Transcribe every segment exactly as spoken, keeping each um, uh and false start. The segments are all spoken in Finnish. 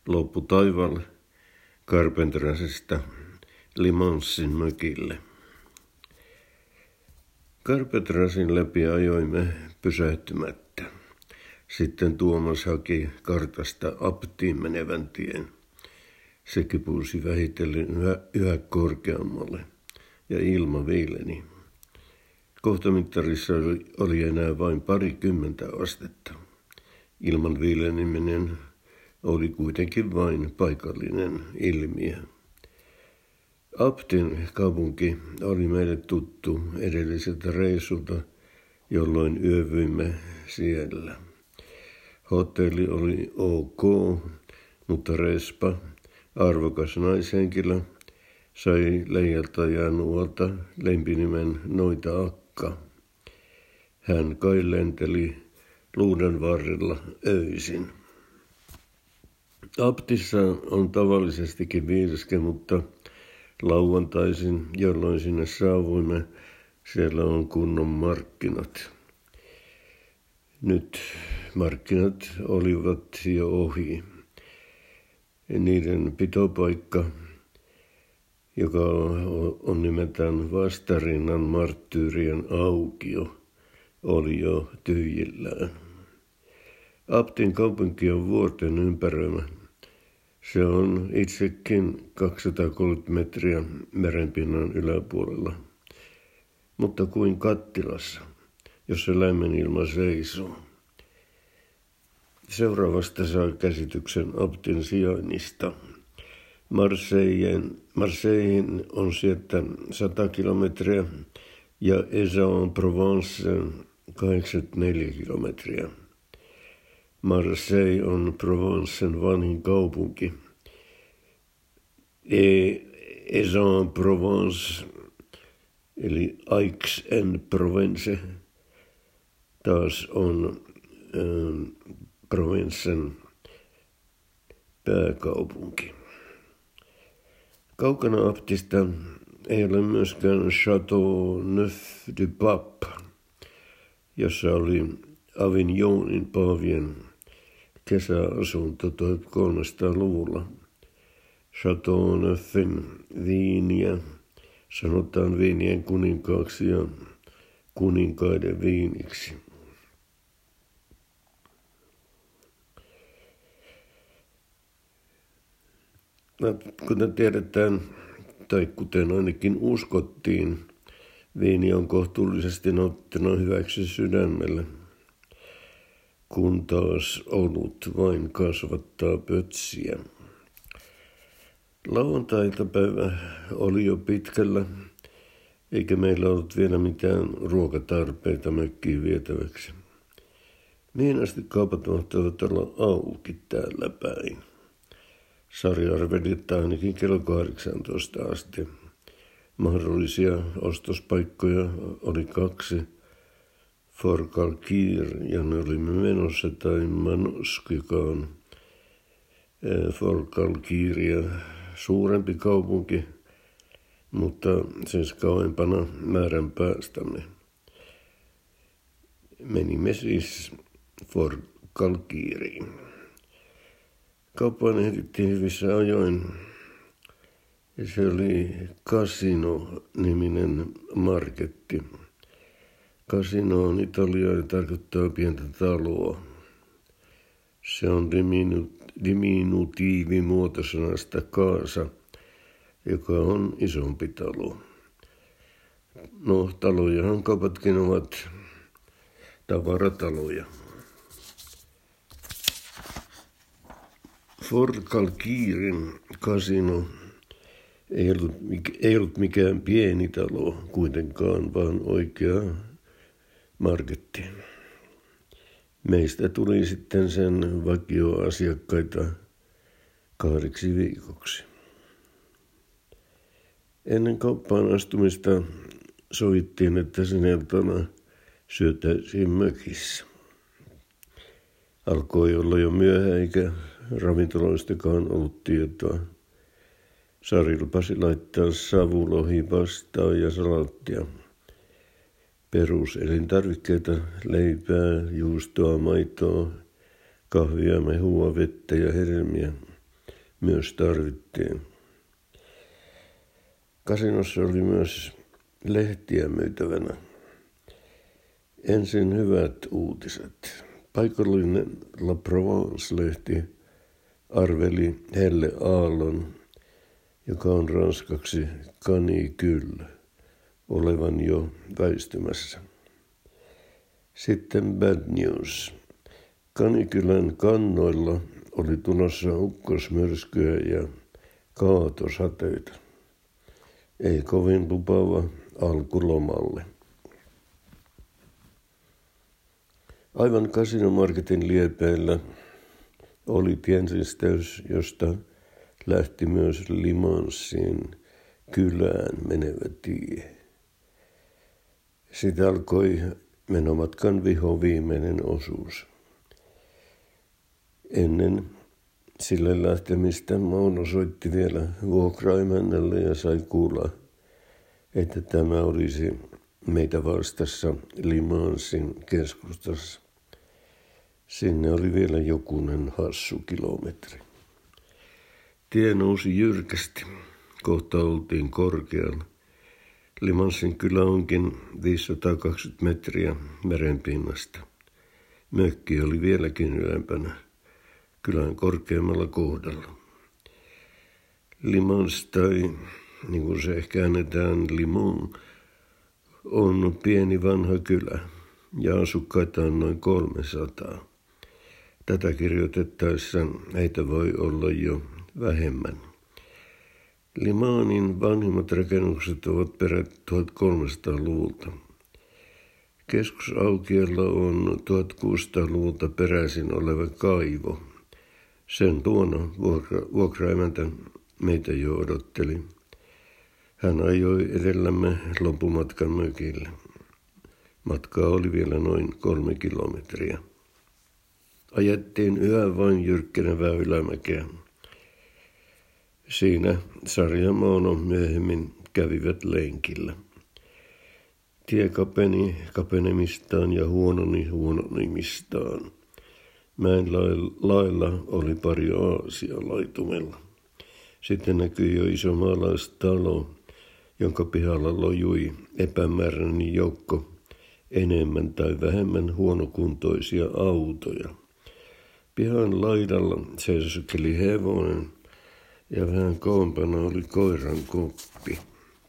loppui taivaalle Carpenterasesta Limanssin mökille. Carpentrasin läpi ajoimme pysähtymättä. Sitten Tuomas haki kartasta Abtiin menevän tien. Se kipusi vähitellen yhä, yhä korkeammalle ja ilma viileni. Kohtamittarissa oli, oli enää vain parikymmentä astetta. Ilman viileneminen oli kuitenkin vain paikallinen ilmiö. Abtin kaupunki oli meille tuttu edelliseltä reissulta, jolloin yövyimme siellä. Hotelli oli ok, mutta Respa, arvokas naishenkilö, sai leijalta ja nuolta lempinimen Noita Akka. Hän kai lenteli luuden varrella öisin. Abtissa on tavallisestikin viideske, mutta lauantaisin, jolloin sinne saavuimme, siellä on kunnon markkinat. Nyt markkinat olivat jo ohi. Niiden pitopaikka, joka on nimeltään Vastarinnan marttyyrien aukio, oli jo tyhjillään. Abtin kaupunki on vuorten ympäröimä. Se on itsekin kaksisataakolmekymmentä metriä merenpinnan yläpuolella, mutta kuin kattilassa, jossa lämmin ilma seisoo. Seuraavasta saa käsityksen Abtin sijainnista. Marseilleen, Marseilleen on sieltä sata kilometriä ja Aix-en-Provence kahdeksankymmentäneljä kilometriä. Marseille on Provencen vanhin kaupunki. Aix-en-Provence eli Aix-en-Provence taas on ähm, Provencen pääkaupunki. Kaukana Abtista ei ole myöskään Châteauneuf-du-Pape, jossa oli Avignonin paavien kesäasunto tuhatkolmesataaluvulla. Châteauneufin viiniä sanotaan viinien kuninkaaksi ja kuninkaiden viiniksi. No, kuten tiedetään, tai kuten ainakin uskottiin, viini on kohtuullisesti nauttuna hyväksi sydämelle, kun taas olut vain kasvattaa pötsiä. Lauantai-iltapäivä oli jo pitkällä, eikä meillä ollut vielä mitään ruokatarpeita mökkiin vietäväksi. Mihin asti kaupat mahtavat olla auki täällä päin? Sari arveli, että ainakin kello kahdeksantoista asti. Mahdollisia ostospaikkoja oli kaksi. Forcalquier, jonne olimme menossa, tai Manosque, joka on Forcalquieria suurempi kaupunki, mutta siis kauempana määrän päästämme. Menimme siis Forcalquieriin. Kauppaan ehdittiin hyvissä ajoin. Se oli Casino-niminen marketti. Casino on italiaa ja tarkoittaa pientä taloa. Se on diminutiivi muotosanasta casa, joka on isompi talo. No, talojahan kaupatkin ovat tavarataloja. Forcalquierin Casino ei ollut, ei ollut mikään pieni talo kuitenkaan, vaan oikea marketti. Meistä tuli sitten sen vakioasiakkaita kahdeksi viikoksi. Ennen kauppaan astumista sovittiin, että sen iltana syötäisiin mökissä. Alkoi olla jo myöhä eikä ravintoloistakaan ollut tietoa. Sari lupasi laittaa savulohipastaa ja salaattia. Peruselintarvikkeita, leipää, juustoa, maitoa, kahvia, mehua, vettä ja hedelmiä. myös tarvittiin. Kasinossa oli myös lehtiä myytävänä. Ensin hyvät uutiset. Paikallinen La Provence-lehti arveli Helle Aallon, joka on ranskaksi canicule, olevan jo väistymässä. Sitten bad news. Canicula'n kannoilla oli tulossa ukkosmyrskyä ja kaatosateita. Ei kovin lupaava alku lomalle. Aivan Kasinomarketin liepeillä oli tienristeys, josta lähti myös Limansiin kylään menevä tie. Siitä alkoi menomatkan vihoviimeinen osuus. Ennen sille lähtemistä Mauno soitti vielä vuokraimännälle ja sai kuulla, että tämä olisi meitä vastassa Limansin keskustassa. Sinne oli vielä jokunen hassu kilometri. Tie nousi jyrkästi. Kohta oltiin korkealla. Limansin kylä onkin viisisataakaksikymmentä metriä merenpinnasta. Mökki oli vieläkin ylempänä, kylän korkeammalla kohdalla. Limans, tai niin kuin se ehkä äänetään Limon, on pieni vanha kylä ja asukkaita on noin kolmesataa. Tätä kirjoitettaessa heitä voi olla jo vähemmän. Limanin vanhimmat rakennukset ovat peräti tuhatkolmesataaluvulta. Keskusaukiolla on tuhatkuusisataaluvulta peräisin oleva kaivo. Sen luona vuokra, vuokraimäntä meitä jo odotteli. Hän ajoi edellämme loppumatkan mökille. Matkaa oli vielä noin kolme kilometriä. Ajettiin yhä vain jyrkkänevää ylämäkeä. Siinä Sari ja Mauno myöhemmin kävivät lenkillä. Tie kapeni kapenemistaan ja huononi huononimistaan. Mäen lailla oli pari aasia laitumella. Sitten näkyi jo iso maalaistalo, jonka pihalla lojui epämääräinen joukko enemmän tai vähemmän huonokuntoisia autoja. Pihan laidalla seisoskeli hevonen ja vähän kauempana oli koiran koppi.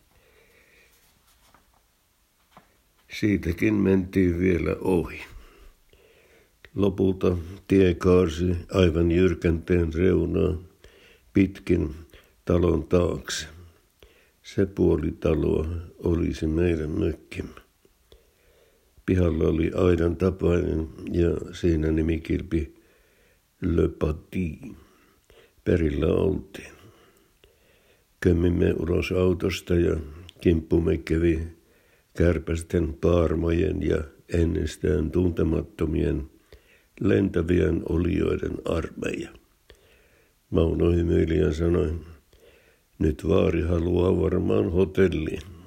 Siitäkin mentiin vielä ohi. Lopulta tie kaarsi aivan jyrkänteen reunaa pitkin talon taakse. Se puoli taloa olisi meidän mökkimme. Pihalla oli aidan tapainen ja siinä nimikilpi Le Paty. Perillä oltiin. Kömmimme ulos autosta ja kimppumme kävi kärpästen, paarmojen ja ennestään tuntemattomien lentävien olioiden armeija. Mauno hymyili ja sanoi, nyt vaari haluaa varmaan hotelliin.